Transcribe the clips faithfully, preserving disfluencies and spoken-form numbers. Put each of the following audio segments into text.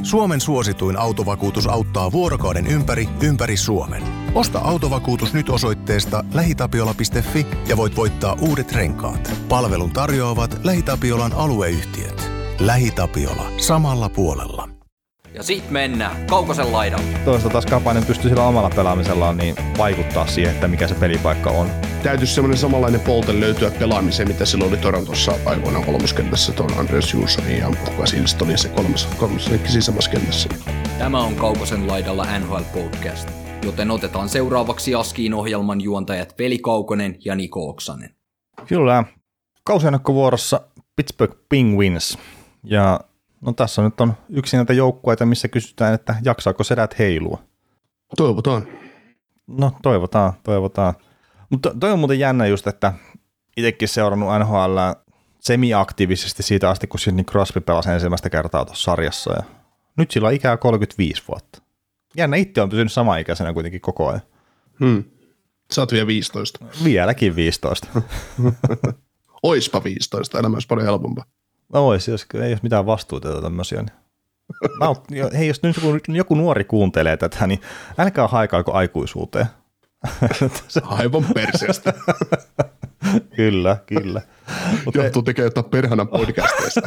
Suomen suosituin autovakuutus auttaa vuorokauden ympäri, ympäri Suomen. Osta autovakuutus nyt osoitteesta lähitapiola piste fi ja voit voittaa uudet renkaat. Palvelun tarjoavat LähiTapiolan alueyhtiöt. LähiTapiola. Samalla puolella. Ja sit mennään Kaukosen laidalle. Toisaalta taas Kapanen pystyy sillä omalla pelaamisellaan niin vaikuttaa siihen, että mikä se pelipaikka on. Täytyisi semmoinen samanlainen polte löytyä pelaamiseen, mitä silloin oli Torontossa aikoinaan kolmoskentässä tuon Andreas Junssonin ja kuka siinä oli se kolmas, kolmas sisämässä kentässä. Tämä on Kaukosen laidalla N H L-podcast, joten otetaan seuraavaksi Askiin ohjelman juontajat Veli Kaukonen ja Niko Oksanen. Kyllä, kausiennakkovuorossa Pittsburgh Penguins. Ja no tässä nyt on yksi näitä joukkueita, missä kysytään, että jaksaako sedät heilua. Toivotaan. No toivotaan, toivotaan. Mutta toi on muuten jännä just, että itsekin seurannut N H L semi-aktiivisesti siitä asti, kun Sidney Crosby pelasi ensimmäistä kertaa tuossa sarjassa. Ja nyt sillä on ikää kolmekymmentäviisi vuotta. Jännä, itse on pysynyt samaikäisenä kuitenkin koko ajan. Hmm. Sä oot vielä viisitoista. Vieläkin viisitoista. Oispa viisitoista, elämä olisi paljon helpompaa. No ois, jos ei olisi mitään vastuuta tämmöisiä. Niin. Naut, hei, jos nyt joku, joku nuori kuuntelee tätä, niin älkää haikaako aikuisuuteen. Aivan perseestä. Kyllä, kyllä. Johtuu tekee jotain perhana podcasteista.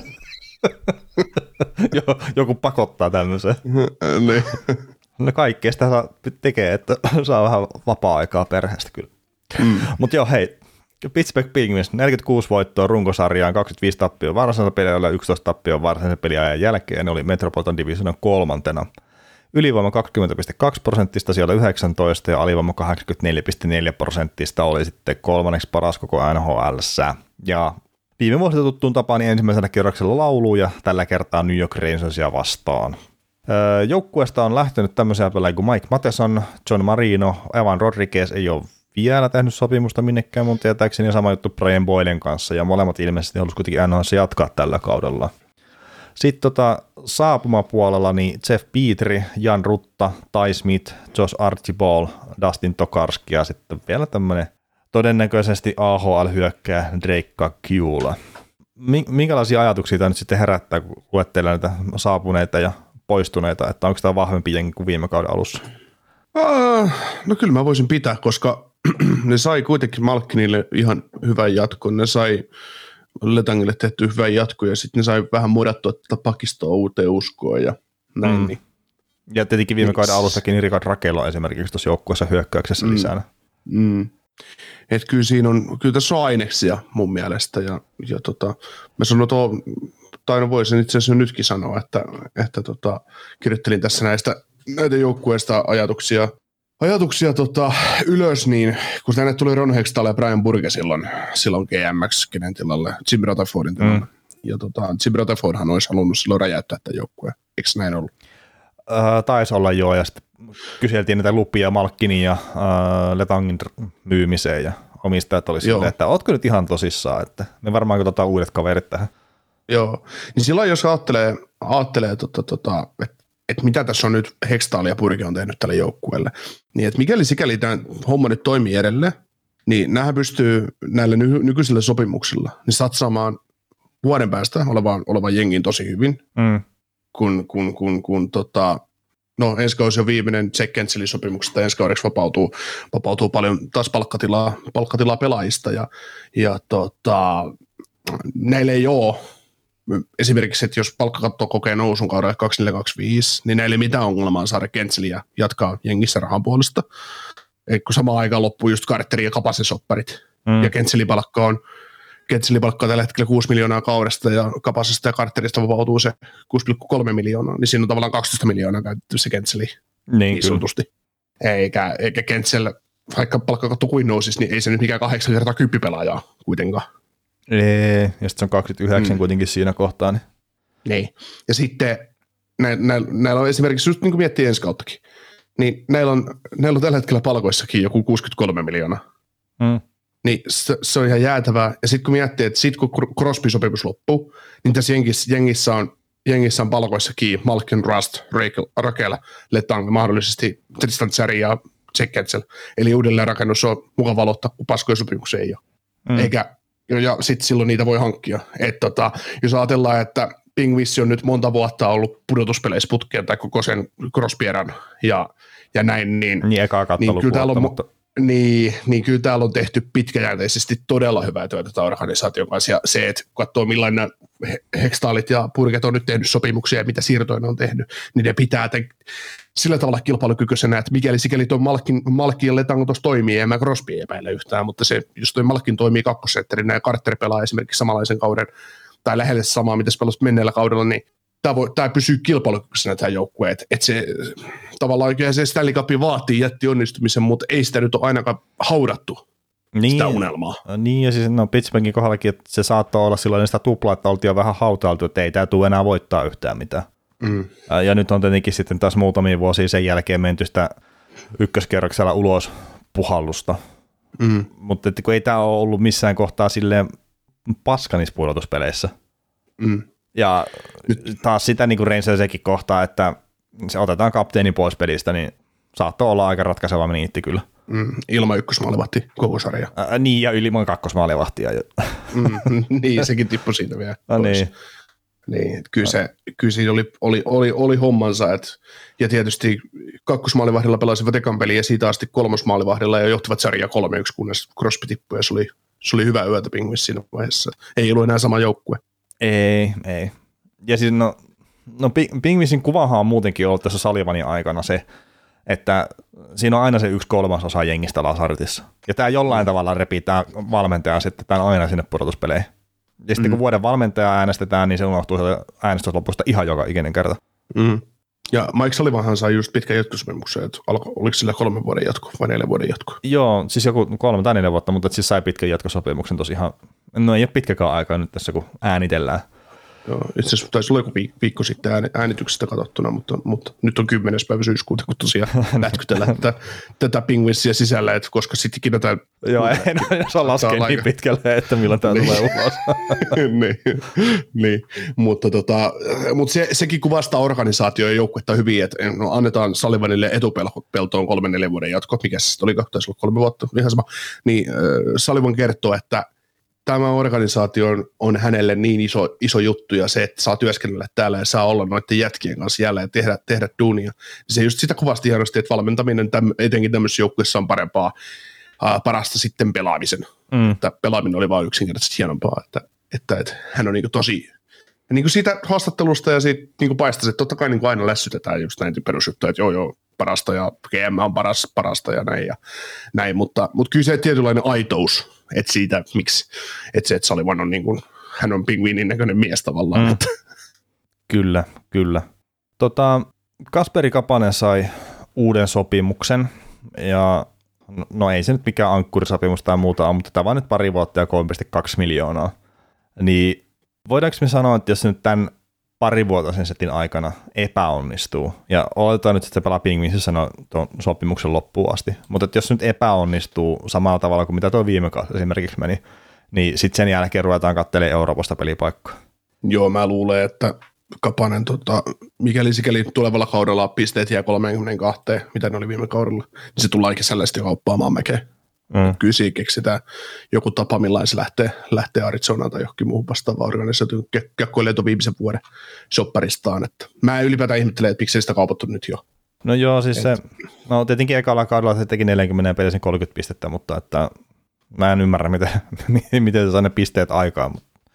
Joku pakottaa tämmöiseen. Niin. No kaikkea sitä saa, tekee, että saa vähän vapaa-aikaa perheestä kyllä. Mm. Mutta joo, hei, Pittsburgh Penguins, neljäkymmentäkuusi voittoa runkosarjaan, kaksikymmentäviisi tappioon varsinaisella pelillä, yksitoista tappioon varsinaisen peliajan jälkeen, ne oli Metropolitan Divisionan kolmantena. Ylivoima kaksikymmentä pilkku kaksi prosenttista, siellä yhdeksäntoista ja alivoima kahdeksankymmentäneljä pilkku neljä prosenttista oli sitten kolmanneksi paras koko N H L:ssä. Ja viime vuosina tuttuun tapaan niin ensimmäisellä kierroksella laulu ja tällä kertaa New York Rangersia vastaan. Öö, joukkueesta on lähtenyt tämmöisiä pelaajia kuin Mike Matheson, John Marino, Evan Rodriguez ei ole vielä tehnyt sopimusta minnekään mun tietääkseni, ja sama juttu Brian Boylen kanssa, ja molemmat ilmeisesti haluaisivat kuitenkin N H L:ssä jatkaa tällä kaudella. Sitten tota, saapumapuolella niin Jeff Petry, Jan Rutta, Ty Smith, Josh Archibald, Dustin Tokarski ja sitten vielä tämmöinen todennäköisesti A H L-hyökkääjä Drake Caggiula. Minkälaisia ajatuksia tämä nyt sitten herättää, kun luettelee näitä saapuneita ja poistuneita, että onko tämä vahvempi jengi kuin viime kauden alussa? Uh, no kyllä mä voisin pitää, koska ne sai kuitenkin Malkinille ihan hyvän jatkon, ne sai Letangille tehty hyvän jatkon ja sitten ne sai vähän muodattua tätä pakistoa uuteen uskoon ja näin. Mm. Niin. Ja tietenkin viime kauden alussakin niin Rickard Rakelo on esimerkiksi tuossa joukkueessa hyökkäyksessä mm. lisänä. Mm. Että kyllä siinä on, kyllä tässä on aineksia mun mielestä ja, ja tota, mä sanon tuo, tai no voisin itse asiassa nytkin sanoa, että, että tota, kirjoittelin tässä näistä näitä joukkueista ajatuksia, ajatuksia tota, ylös, niin kun tänne tuli Ron Hextall ja Brian Burke silloin, silloin G M X, kenen tilalle, Jim Rutherfordin tilalle. Mm. Ja tota, Jim Rutherfordhan olisi halunnut silloin räjäyttää tämän joukkueen. Eikö näin ollut? Äh, taisi olla joo, ja sitten kyseltiin näitä lupia Malkkinin ja äh, Letangin myymiseen, ja omistajat oli silleen, että ootko nyt ihan tosissaan, että me varmaan katsotaan uudet kaverit tähän. Joo, niin silloin jos ajattelee, ajattelee tota, tota, että että mitä tässä on nyt Hextall ja Burke on tehnyt tälle joukkueelle, niin että mikäli sikäli tämä homma nyt toimii edelleen, niin näähän pystyy näillä ny- nykyisillä sopimuksilla niin satsaamaan vuoden päästä olevaan, olevaan jengiin tosi hyvin, mm. kun, kun, kun, kun tota, no ensi kausi on viimeinen Jack Kentselin sopimuksesta, ensi kaudeksi vapautuu, vapautuu paljon taas palkkatilaa, palkkatilaa pelaajista, ja, ja tota, näillä ei ole esimerkiksi, että jos palkkakatto kokee nousun kaudelle kaksikymmentäneljä kaksikymmentäviisi, niin näillä ei mitään ongelmaa saada Kentseliä jatkaa jengissä rahan puolesta. Et kun samaan aikaan loppuu just Carterin ja Kapasen sopparit, mm. ja Kentselin palkka on, Kentselin palkka on tällä hetkellä kuusi miljoonaa kaudesta, ja Kapasesta ja Carterista vapautuu se kuusi pilkku kolme miljoonaa, niin siinä on tavallaan kaksitoista miljoonaa käytetty se Kentseli niin, niin sanotusti. Eikä, eikä Kentsel, vaikka palkkakatto kuin nousisi, niin ei se nyt mikään kahdeksan kertaa kymppi pelaajaa kuitenkaan. Ei, ja sitten se on kaksikymmentäyhdeksän mm. kuitenkin siinä kohtaa. Niin. niin. Ja sitten nä, nä, näillä on esimerkiksi, just niin kuin miettii ensi kauttakin, niin näillä on, näillä on tällä hetkellä palkoissakin joku kuusikymmentäkolme miljoonaa. Mm. Niin se, se on ihan jäätävää. Ja sitten kun miettii, että sitten kun Crosby-sopimus loppuu, niin tässä jengissä, jengissä, on, jengissä on palkoissakin Malkin, Rust, Rakel, Letang, mahdollisesti Tristan Cherry ja Jack Kentzel. Eli uudelleenrakennus on mukava aloittaa, kun paskoja sopimuksia ei ole. Mm. Eikä Ja sitten silloin niitä voi hankkia. Et tota, jos ajatellaan, että Penguins on nyt monta vuotta ollut pudotuspeleissä putkeen tai koko sen Crosbyeran ja, ja näin, niin, niin, ekaa niin, kyllä täällä on, mutta... niin, niin kyllä täällä on tehty pitkäjänteisesti todella hyvää työtä tämän organisaation kanssa, ja se, että katsoo millainen Hextalit ja Purget on nyt tehnyt sopimuksia ja mitä siirtoja ne on tehnyt, niin ne pitää te- sillä tavalla kilpailukykyisenä, että mikäli sikäli tuon Malkin, Malkin ja Letango tuossa toimii, en mä Crosby epäile yhtään, mutta se, jos tuo Malkin toimii kakkosentterinä ja Carter pelaa esimerkiksi samanlaisen kauden, tai lähelle samaa, mitä se pelasi menneellä kaudella, niin tämä, voi, tämä pysyy kilpailukykyisenä tämä joukkue, että et se tavallaan kyllä se Stanley Cup vaatii jätti onnistumisen, mutta ei sitä nyt ole ainakaan haudattu. Niin, sitä unelmaa. Niin, ja siis no Pittsburghin kohdallakin, että se saattoi olla silloin sitä tuplaa, että oltiin jo vähän hautailtu, että ei tämä tule enää voittaa yhtään mitään. Mm. Ja nyt on tietenkin sitten taas muutamia vuosia sen jälkeen menty sitä ykköskerroksella ulos puhallusta. Mm. Mutta kun ei tämä ole ollut missään kohtaa silleen paskanissa pudotuspeleissä. Mm. Ja nyt taas sitä niin kuin Rangersekin kohtaa, että se otetaan kapteeni pois pelistä, niin saattoi olla aika ratkaiseva meniitti kyllä. Mm, ilman ykkösmaalivahti koko sarja. Ää, niin, ja ilman kakkosmaalivahtia. Mm, niin, sekin tippui siitä vielä no, niin. Niin, kyllä, se, kyllä siinä oli, oli, oli, oli hommansa, et, ja tietysti kakkosmaalivahdilla pelasivat ekan peliä ja siitä asti kolmosmaalivahdilla ja johtivat sarjaa kolme yksi, kunnes Crosby tippui ja se oli, se oli hyvä yötä Penguins siinä vaiheessa. Ei ollut enää sama joukkue. Ei, ei. Ja siis no, no Penguinsin kuvahan on muutenkin ollut tässä Sullivanin aikana se, että siinä on aina se yksi kolmasosa jengistä Lasartissa. Ja tämä jollain tavalla repii tämä valmentaja sitten tämän aina sinne pudotuspeleihin. Ja sitten mm. kun vuoden valmentaja äänestetään, niin se unohtuu äänestyslopusta ihan joka ikinen kerta. Mm. Ja Mike Sullivanhan sai just pitkän jatkosopimuksen, että alko, oliko sillä kolmen vuoden jatko vai neljän vuoden jatko? Joo, siis joku kolme tai neljä vuotta, mutta siis sai pitkän jatkosopimuksen tosi ihan, no ei ole pitkäkään aikaa nyt tässä, kun äänitellään. Joo, itse asiassa taisi olla joku viikko sitten äänityksestä katsottuna, mutta, mutta nyt on kymmenes päivä syyskuuta, kun tosiaan lätkytellään tätä, tätä Penguinsia sisällä, että koska sittenkin tätä... Joo, en osaa laskea niin pitkälle, että milloin tämä niin. tulee ulos. niin, niin, mutta, tota, mutta se, sekin kuvastaa organisaatio ja joukkuetta hyvin, että no, annetaan Sullivanille etupeltoon kolmen neljän vuoden jatko, mikä se oli, taisi olla kolme vuotta, ihan sama, niin äh, Sullivan kertoo, että tämä organisaatio on, on hänelle niin iso, iso juttu ja se, että saa työskennellä täällä ja saa olla noiden jätkien kanssa jälleen ja tehdä, tehdä duunia. Se just sitä kuvasti hienosti, että valmentaminen täm, etenkin tämmöisessä joukkueessa on parempaa, ää, parasta sitten pelaamisen. Mm. Että pelaaminen oli vaan yksinkertaisesti hienompaa, että, että, että hän on niin kuin tosi... Ja niin kuin siitä haastattelusta ja siitä niin kuin paistasi, että totta kai niin kuin aina lässytetään just näitä perusjuttuja, että joo joo, parasta ja G M on paras, parasta ja näin, ja näin. Mutta, mutta kyllä se tietynlainen aitous, että siitä, miksi, että se, että Sullivan on niin kuin, hän on pingviinin näköinen mies tavallaan. Mm. Että. Kyllä, kyllä. Tota, Kasperi Kapanen sai uuden sopimuksen, ja no ei se nyt mikään ankkurisopimus tai muuta on, mutta tämä vaan nyt pari vuotta ja kolme pilkku kaksi miljoonaa. Niin voidaanko me sanoa, että jos nyt tämän parivuotaisen setin aikana epäonnistuu, ja oletetaan nyt, että se pelaa Penguinsissä no, tuon sopimuksen loppuun asti, mutta jos nyt epäonnistuu samalla tavalla kuin mitä tuo viime kausi esimerkiksi meni, niin sitten sen jälkeen ruvetaan katselemaan Euroopasta pelipaikkaa. Joo, mä luulen, että Kapanen, tota, mikäli sikäli tulevalla kaudella pisteet jää kolmekymmentäkaksi, mitä ne oli viime kaudella, niin se tullaan kesällä sitten kauppaamaan mäkeä. Mm. Kyllä siinä keksitään joku tapa, millainen se lähtee, lähtee Arizonaan tai johonkin muuhun vastaavaan organisaatioon, kekkoilee tuon viimeisen vuoden shopparistaan. Että mä ylipäätään ihmettelen, että miksei sitä kaupattu nyt jo. No joo, siis Et... se, no tietenkin ekalla kaudella se teki neljäkymmentä pelisen kolmekymmentä pistettä, mutta että mä en ymmärrä, miten, miten se saa ne pisteet aikaan.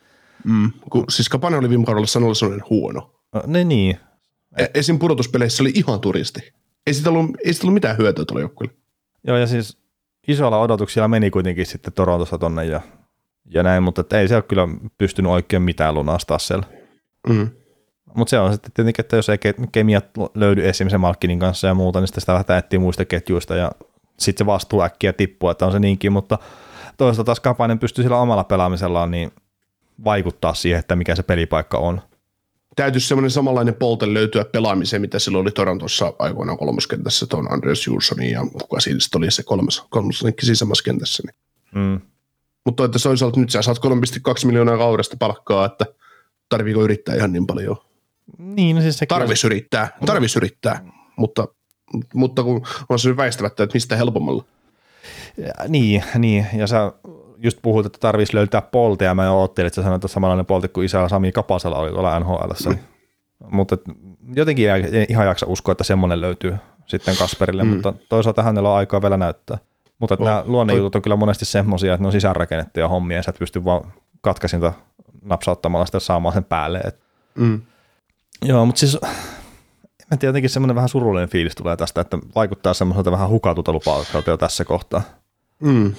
Mm, kun, siis Kapanen oli viime kaudella sanoilla sellainen huono. No, ne niin. E- esim. Pudotuspeleissä oli ihan turisti. Ei siitä ollut, ei siitä ollut mitään hyötyä tuolla joukkueelle. Joo, ja siis isoilla odotuksilla meni kuitenkin sitten Torontossa tonne ja, ja näin, mutta ei se ole kyllä pystynyt oikein mitään lunastaa siellä. Mm. Mutta se on sitten tietenkin, että jos ei kemiat löydy esimerkiksi Malkinin kanssa ja muuta, niin sitten sitä lähdetään etsiä muista ketjuista ja sitten se vastuu äkkiä tippuu, että on se niinkin, mutta toisaalta taas Kapanen pystyy sillä omalla pelaamisellaan niin vaikuttaa siihen, että mikä se pelipaikka on. Täytyisi semmoinen samanlainen polte löytyä pelaamiseen, mitä silloin oli Torontossa aikoinaan kolmoskentässä, tuon Andreas Jurssonin ja kuka siinä oli se kolmas, kolmoslenkki sisämässä kentässä. Niin. Mm. Mutta että toisaalta nyt sä saat kolme pilkku kaksi miljoonaa kaudesta palkkaa, että tarviiko yrittää ihan niin paljon? Niin, no siis tarvisi on... yrittää, tarvisi yrittää, mutta, mutta kun on se väistämättä, että mistä helpommalla. Ja, niin, niin, ja sä just puhut, että tarvitsisi löytää polteja, ja mä jo oottelin, että sä sanoit, että samanlainen polti kuin isällä Sami Kapasella oli tuolla N H L:ssä. Mm. Mutta jotenkin ei ihan jaksa uskoa, että semmoinen löytyy sitten Kasperille, mm. mutta toisaalta hänellä on aikaa vielä näyttää. Mutta oh, nämä luonnejutut on kyllä monesti semmoisia, että ne on sisäänrakennettuja hommia, ja sä et pysty vaan katkaisinta napsauttamalla sitä saamaan sen päälle. Mm. Joo, mutta siis en tiedä, jotenkin semmoinen vähän surullinen fiilis tulee tästä, että vaikuttaa semmoiselta vähän hukatulta lupaudelta jo tässä kohtaa. Mm.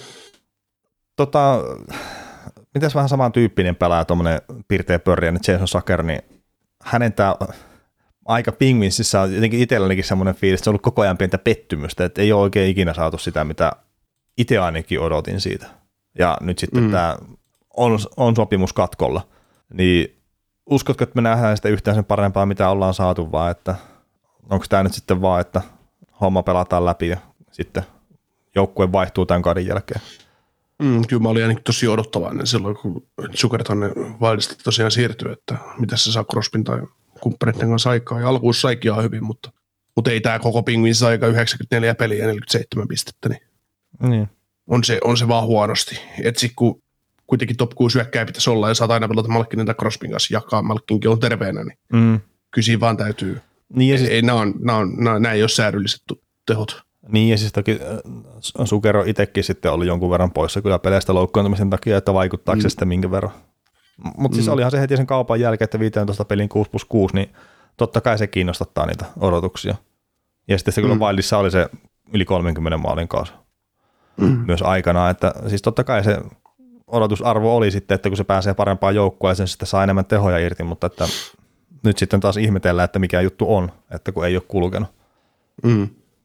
Tota, mitäs vähän samantyyppinen pelaaja, tuommoinen pirteä pörriä, niin Jason Sucker, niin hänen tämä aika Penguinsissa on jotenkin itsellänikin semmoinen fiilis, että se on ollut koko ajan pientä pettymystä, että ei ole oikein ikinä saatu sitä, mitä itse ainakin odotin siitä. Ja nyt sitten mm. tämä on, on sopimus katkolla, niin uskotko, että me nähdään sitä yhtään sen parempaa, mitä ollaan saatu, vaan että onko tämä nyt sitten vaan, että homma pelataan läpi ja sitten joukkue vaihtuu tämän kauden jälkeen? Mm, kyllä mä olin ainakin tosi odottavainen silloin, kun Zucker tonne Wildista tosiaan siirtyi, että mitä se saa Crosbyn tai kumppaneiden kanssa aikaa. Ja alkuun saikin ihan hyvin, mutta, mutta ei tämä koko Penguins aika yhdeksänkymmentäneljä peliä ja neljäkymmentäseitsemän pistettä, niin, niin. On, se, on se vaan huonosti. Et sit kun kuitenkin top kuusi hyökkää pitäisi olla ja saat aina pelata Malkkinen tai Crosbyn kanssa jakaa, Malkkinkin on terveenä, niin mm. kyllä siinä vaan täytyy. Niin siis, ei, nämä, on, nämä, on, nämä, nämä ei ole säädylliset tehot. Niin, ja siis toki Zucker on itsekin sitten ollut jonkun verran poissa kyllä peleistä loukkaantumisen takia, että vaikuttaako mm. se sitten minkä verran. Mutta siis mm. olihan se heti sen kaupan jälkeen, että viisitoista pelin kuusi plus kuusi, niin totta kai se kiinnostattaa niitä odotuksia. Ja sitten se kyllä mm. Wildissa oli se yli kolmenkymmenen maalin kausi mm. myös aikanaan, että siis totta kai se odotusarvo oli sitten, että kun se pääsee parempaan joukkueeseen, se sitten saa enemmän tehoja irti, mutta että nyt sitten taas ihmetellään, että mikä juttu on, että kun ei ole kulkenut. Mm.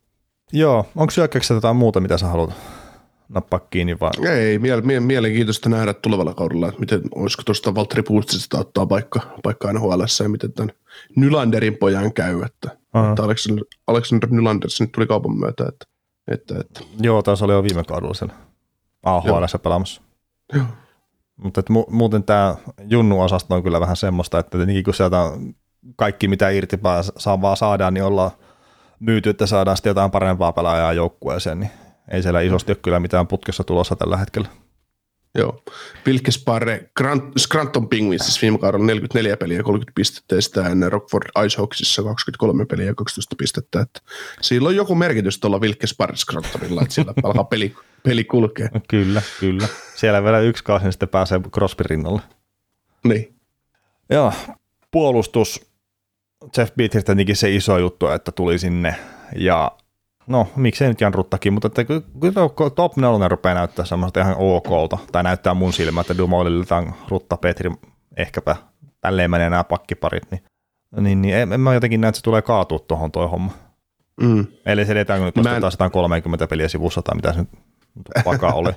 Joo, onko syökkäyksessä jotain muuta, mitä sä haluat nappaa kiinni vaan? Ei, miele- mielenkiintoista nähdä tulevalla kaudella, että miten, olisiko tuosta Valtteri Puustisesta ottaa paikka, paikka N H L:ssä ja miten tämän Nylanderin pojan käy, että, että Alexander, Alexander Nylander nyt tuli kaupan myötä. Että, että, että. Joo, taas oli jo viime kaudella sen A H L:ssä pelaamassa. Joo. Mutta mu- muuten tämä Junnu-osasto on kyllä vähän semmoista, että tietenkin kun sieltä kaikki mitä irti saa vaan saadaan, niin ollaan myyty, että saadaan sitten jotain parempaa pelaajaa joukkueeseen, niin ei siellä isosti ole kyllä mitään putkessa tulossa tällä hetkellä. Joo. Pilkesparre Scranton Penguins siis viime kaudella neljäkymmentäneljä peliä ja kolmekymmentä pistettä ja sitä ennen Rockford Icehawksissa kaksikymmentäkolme peliä ja kaksitoista pistettä. Että sillä on joku merkitys tuolla Pilkesparre Scrantonilla, että siellä alkaa peli, peli kulkee. Kyllä, kyllä. Siellä vielä yksi kausi, niin sitten pääsee Crosby rinnalle. Niin. Joo, puolustus. Jeff Beatricht tietenkin se iso juttu, että tuli sinne ja no, miksei nyt Jan Ruttakin, mutta että kyllä top nelonen rupeaa näyttää semmoista ihan okolta, tai näyttää mun silmä, että Dumoulille tämän Rutta, Petri, ehkäpä tälleen menee nämä pakkiparit, niin, niin, niin en, en mä jotenkin näe, että se tulee kaatua tuohon toi homma. Mm. Eli se edetään, kun nyt ostetaan sata kolmekymmentä peliä sivussa, tai mitä se nyt vakaa oli.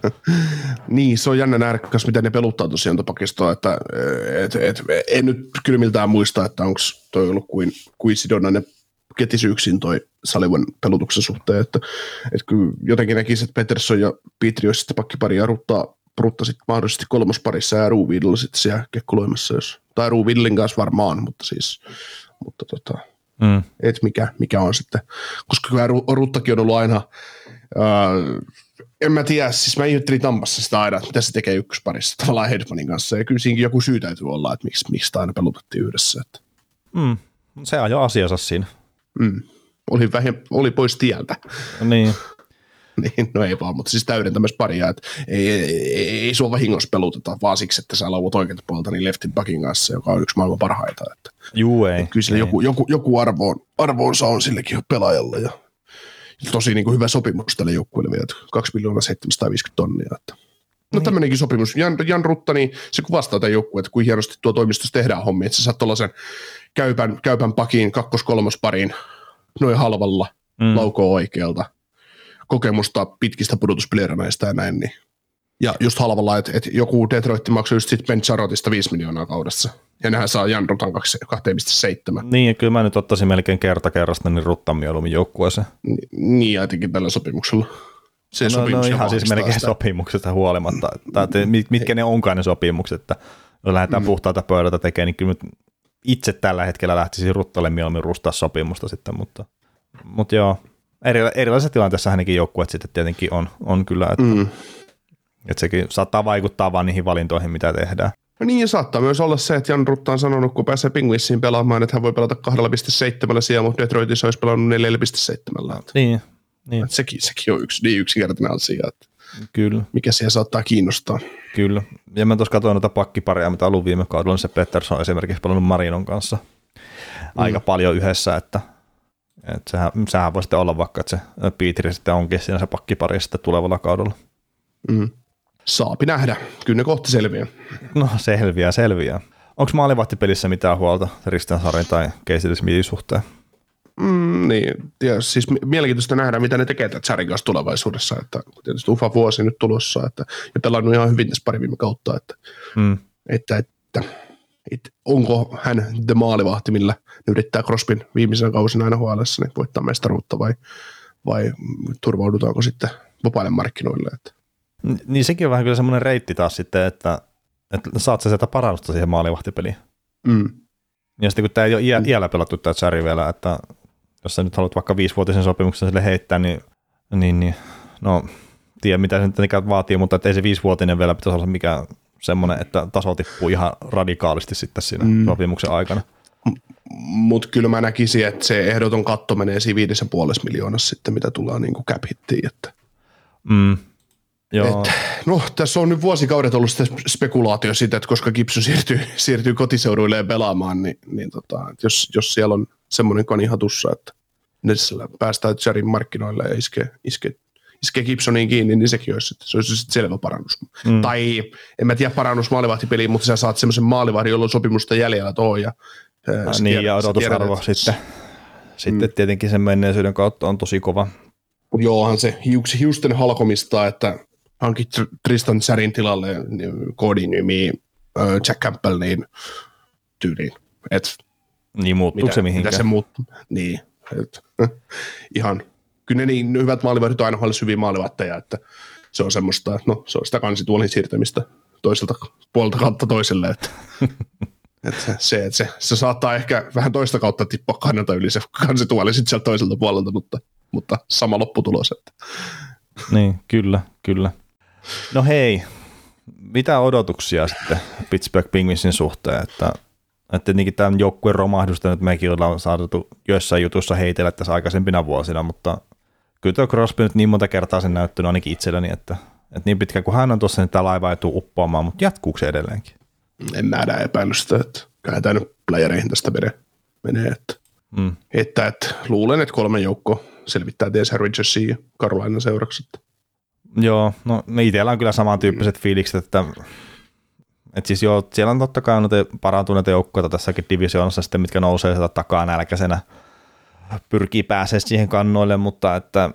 Niin, se on jännä nähdä, miten ne peluttaa tosiaan pakistoa, että et, et, en nyt kyllä miltään muista, että onko toi ollut kuin, kuin sidonnainen ketisyyksiin toi Sullivan pelutuksen suhteen, että, että kyllä jotenkin näkisi, että Peterson ja Petri olisi sitten pakkipari ja Rutta, Rutta sitten mahdollisesti kolmosparissa ja Ruuvidilla sitten siellä kekkuloimassa, jos, tai Ruuvidlin kanssa varmaan, mutta siis, mutta tota, mm. et mikä, mikä on sitten, koska kyllä Ruttakin on ollut aina, ää, en mä tiedä, siis mä ihmettelin Tampassa sitä aina, että mitä se tekee ykkösparissa tavallaan Hedmanin kanssa, ja kyllä siinäkin joku syy täytyy olla, että miksi, miksi sitä aina pelutettiin yhdessä. Että. Mm. Se ajoi asiansa siinä. Mm. Oli, vähän, oli pois tieltä. Niin. niin. No ei vaan, mutta siis täydentämässä paria, että ei, ei, ei, ei sua vahingossa peluteta, vaan siksi, että sä lauvat oikealta puolelta niin leftin backin kanssa, joka on yksi maailman parhaita. Että. Juu ei. Kyllä sillä joku, joku, joku arvo on, arvoonsa on sillekin pelaajalle ja tosi niin kuin hyvä sopimus tälle joukkueelle vielä, kaksi miljoonaa seitsemänsataaviisikymmentä tonnia. Että. No niin. Tämmöinenkin sopimus. Jan, Jan Rutta, niin se kuvastaa tämän joukkueen, että kuin hienosti tuo toimistossa tehdään hommia, että sä saat tuollaisen käypän, käypän pakin, kakkos-kolmospariin noin halvalla, mm. laukoo oikealta, kokemusta pitkistä pudotuspelieraneista ja näin. Niin. Ja just halvalla, että, että joku Detroit maksoi just sitten Ben Charrotista viisi miljoonaa kaudessa. Ja nehän saa Jan Rutan kaksi pilkku seitsemän. Niin, ja kyllä mä nyt ottaisin melkein kerta kerrasta niin Ruttan mieluummin joukkueeseen. Niin, ja jotenkin tällä sopimuksella. Se no, sopimus no ihan siis melkein sitä. Sopimuksesta huolimatta. Että mitkä ne onkaan ne sopimukset, että jos lähdetään mm. puhtaalta pöydältä tekemään, niin kyllä itse tällä hetkellä lähtisin Ruttalle mieluummin rustaa sopimusta sitten, mutta, mutta joo, eri, erilaisessa tilanteessa hänenkin joukkueet sitten tietenkin on, on kyllä, että mm. Että sekin saattaa vaikuttaa vaan niihin valintoihin, mitä tehdään. No niin, ja saattaa myös olla se, että Jan Rutta on sanonut, kun pääsee Penguinsiin pelaamaan, että hän voi pelata kaksi pilkku seitsemän sijaan, mutta Detroitissa olisi pelannut neljä pilkku seitsemän. Niin, niin. Sekin, sekin on yksi, niin yksinkertainen asia, että kyllä. Mikä siellä saattaa kiinnostaa. Kyllä, ja mä tuossa katsoin noita pakkipareja, mitä on ollut viime kaudella, niin se Pettersson on esimerkiksi pelannut Marinon kanssa mm. aika paljon yhdessä, että, että sehän, sehän voi sitten olla vaikka, että se Pietri sitten onkin siinä se pakkipari sitten tulevalla kaudella. Mm. Saapi nähdä. Kyllä ne kohta selviää. No selviää, selviää. Onko maalivahtipelissä mitään huolta Tristan Sarin tai Casey DeSmithin suhteen? Mm, niin, ja siis mielenkiintoista nähdä, mitä ne tekee tämän Sarin kanssa tulevaisuudessa. Että tietysti ufa vuosi nyt tulossa, että, ja pelannut ihan hyvin tässä pari viime kautta, että, mm. että, että, että onko hän the maalivahti, millä ne yrittää Crosbyn viimeisenä kausina aina H L:ssä niin voittaa mestaruutta vai, vai turvaudutaanko sitten vapaille markkinoille, että niin sekin on vähän kyllä semmoinen reitti taas sitten, että, että saat sä sieltä parannusta siihen maalivahtipeliin. Mm. Ja sitten kun tämä ei ole iä, iällä pelattu tämä Zari vielä, että jos sä nyt haluat vaikka viisivuotisen sopimuksen sille heittää, niin, niin, niin no tiedä mitä se nyt vaatii, mutta ei se viisivuotinen vielä pitäisi olla mikään semmoinen, että taso tippuu ihan radikaalisti sitten siinä mm. sopimuksen aikana. Mutta kyllä mä näkisin, että se ehdoton katto menee siinä viidessä puolessa miljoonassa sitten, mitä tullaan niin kuin cap hittiin, että mm. Joo. Et, no tässä on nyt vuosikaudet ollut sitä spekulaatio siitä, että koska Gibson siirtyy, siirtyy kotiseuduilleen pelaamaan, niin, niin tota, jos, jos siellä on semmoinen kani hatussa, että ne päästään Jarin markkinoille ja iskee, iskee, iskee Gibsoniin kiinni, niin sekin olisi, se olisi sitten selvä parannus. Mm. Tai en mä tiedä parannus maalivahtipeliin, mutta sä saat semmoisen maalivahdin, jolla on sopimusta jäljellä tuohon. Ja, ja, niin tiedät, ja odotusarvo tiedät, sitten, sitten mm. tietenkin sen menneisyyden kautta on tosi kova. Joohan se hiusten, hiusten halkomista, että hankit Tristan Zarin tilalle koodinimi Jack Campbell niin tyyliin. Et, niin muuttuuko se mihinkään? Mitä se muuttuu? Niin. Et, ihan, kyllä ne niin hyvät maalivahdit on aina hyviä maalivahteja, että se on semmoista, että no, se on sitä kansituolin siirtämistä toiselta puolelta kautta toiselle. Että, että se, että se, se saattaa ehkä vähän toista kautta tippua kannalta yli se kansituoli sitten sieltä toiselta puolelta, mutta, mutta sama lopputulos. Että. Niin, kyllä, kyllä. No hei, mitä odotuksia sitten Pittsburgh Penguinsin suhteen, että, että tietenkin tämän joukkueen romahdusta nyt mekin ollaan saatu joissain jutussa heitellä tässä aikaisempina vuosina, mutta kyllä tuo Crosby nyt niin monta kertaa sen näyttänyt ainakin itselleni, että, että niin pitkään kuin hän on tuossa, niin tämä laiva ei tule uppoamaan, mutta jatkuuko se edelleenkin? En nähdä epäilystä, että kai tämä nyt playereihin tästä menee, että, mm. että, että luulen, että kolmen joukko selvittää T S Richardsia ja Carolina seuraksi. Joo, no itsellä on kyllä samantyyppiset mm. fiilikset, että, että siis joo, siellä on totta kai noita parantuneita joukkoita tässäkin divisioonassa sitten, mitkä nousee sieltä takaa nälkäisenä, pyrkii pääsemään siihen kannoille, mutta että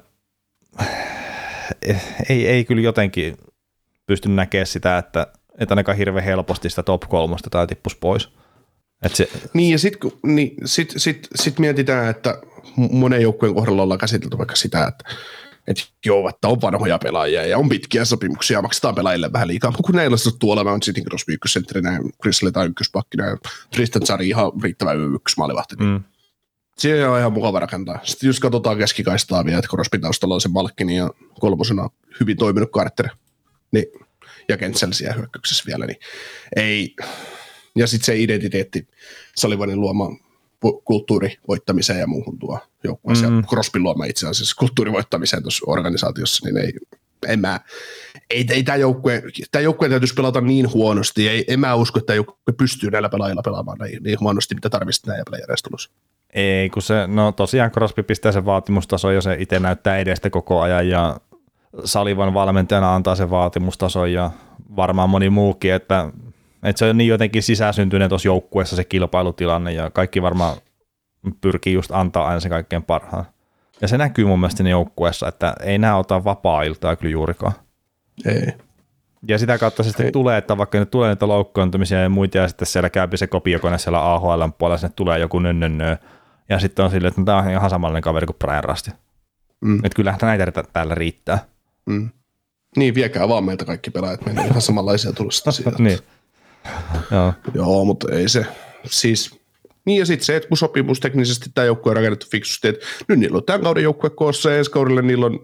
ei, ei kyllä jotenkin pysty näkemään sitä, että, että ainakaan hirveän helposti sitä top kolmosta tai tippus pois. Se, niin ja sitten niin, sit, sit, sit mietitään, että monen joukkueen kohdalla ollaan käsitelty vaikka sitä, että et joo, että on vanhoja pelaajia ja on pitkiä sopimuksia, maksetaan pelaajille vähän liikaa, mutta kun näillä on tuolla, on Sidney Crosby ykkössentterinä ja Chris Letang ykköspakkina ja Tristan Zari ihan riittävä ykkösmaalivahti. Mm. Siihen on ihan mukava rakentaa. Sitten just katsotaan keskikaistaa vielä, että Crosby taustalla on se Malkkini ja kolmosena hyvin toiminut Carter niin, ja Kentsel siellä hyökkäyksessä vielä, niin ei. Ja sitten se identiteetti, Sullivanin luoma kulttuuri voittamiseen ja muuhun tuo joukkueeseen. Mm. Crosbyn luoma itse asiassa kulttuurivoittamiseen tuossa organisaatiossa, niin ei, en mä, ei, ei tämä joukkue, tämä joukkue täytyisi pelata niin huonosti, ei, en mä usko, että tämä joukkue pystyy näillä pelaajilla pelaamaan niin, niin huonosti, mitä tarvitsisi näillä pelaajilla tulossa. Ei, kun se, no tosiaan Crosby pistää sen vaatimustason ja se itse näyttää edestä koko ajan ja Sullivan valmentajana antaa sen vaatimustason ja varmaan moni muukin, että Että se on niin jotenkin sisäsyntyinen tuossa joukkueessa se kilpailutilanne ja kaikki varmaan pyrkii just antaa aina sen kaikkein parhaan. Ja se näkyy mun mielestä joukkueessa, että ei nää ota vapaa-iltaa kyllä juurikaan. Ei. Ja sitä kautta se sitten ei. tulee, että vaikka nyt tulee niitä loukkaantumisia ja muita ja sitten siellä käypi se kopiokone siellä A H L:n puolella, sinne tulee joku nönnönnö. Ja sitten on silleen, että tämä on ihan samanlainen kaveri kuin Brian Rusty. Mm. Että kyllähän näitä täällä riittää. Mm. Niin, viekää vaan meiltä kaikki pelaajat. Meillä on ihan samanlaisia tulosta siitä. Niin. Joo. Joo, mutta ei se, siis, niin ja sitten se, että kun sopimus teknisesti tämä joukkue on rakennettu fiksusti, että nyt niillä on tämän kauden joukkue koossa ja ensi kaudelle niillä on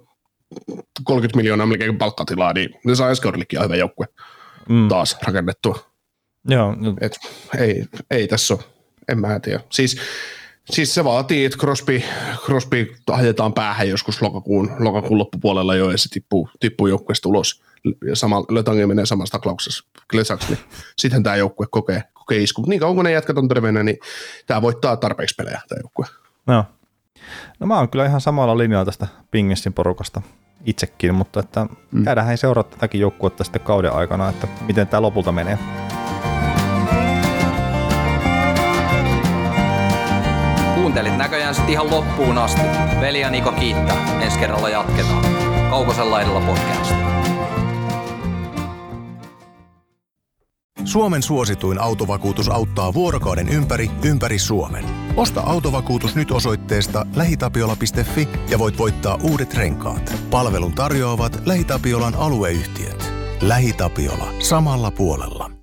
kolmekymmentä miljoonaa melkein palkkatilaa, niin ne saa ensi kaudellekin ihan hyvä joukkue mm. taas rakennettua. Joo. Et ei, ei tässä ole, en mä tiedä. Siis, siis se vaatii, että Crosby, Crosby ajetaan päähän joskus lokakuun, lokakuun loppupuolella jo, ja se tippuu, tippuu joukkueesta ulos. Ja sama, Lötange menee samassa taklauksessa Klesaksi, niin sitten tämä joukkue kokee, kokee isku. Niin kauan kun ne jätkät on terveenä, niin tämä voittaa tarpeeksi pelejä, tämä joukkue. No. no mä oon kyllä ihan samalla linjalla tästä Pingissin porukasta itsekin, mutta että mm. käydään seuraa tätäkin joukkuetta sitten kauden aikana, että miten tämä lopulta menee. Kuuntelit näköjään sitten ihan loppuun asti. Veli ja Niko kiittää. Ensi kerralla jatketaan. Kaukosen laidalla podcast. Suomen suosituin autovakuutus auttaa vuorokauden ympäri, ympäri Suomen. Osta autovakuutus nyt osoitteesta lähitapiola piste fi ja voit voittaa uudet renkaat. Palvelun tarjoavat LähiTapiolan alueyhtiöt. LähiTapiola. Samalla puolella.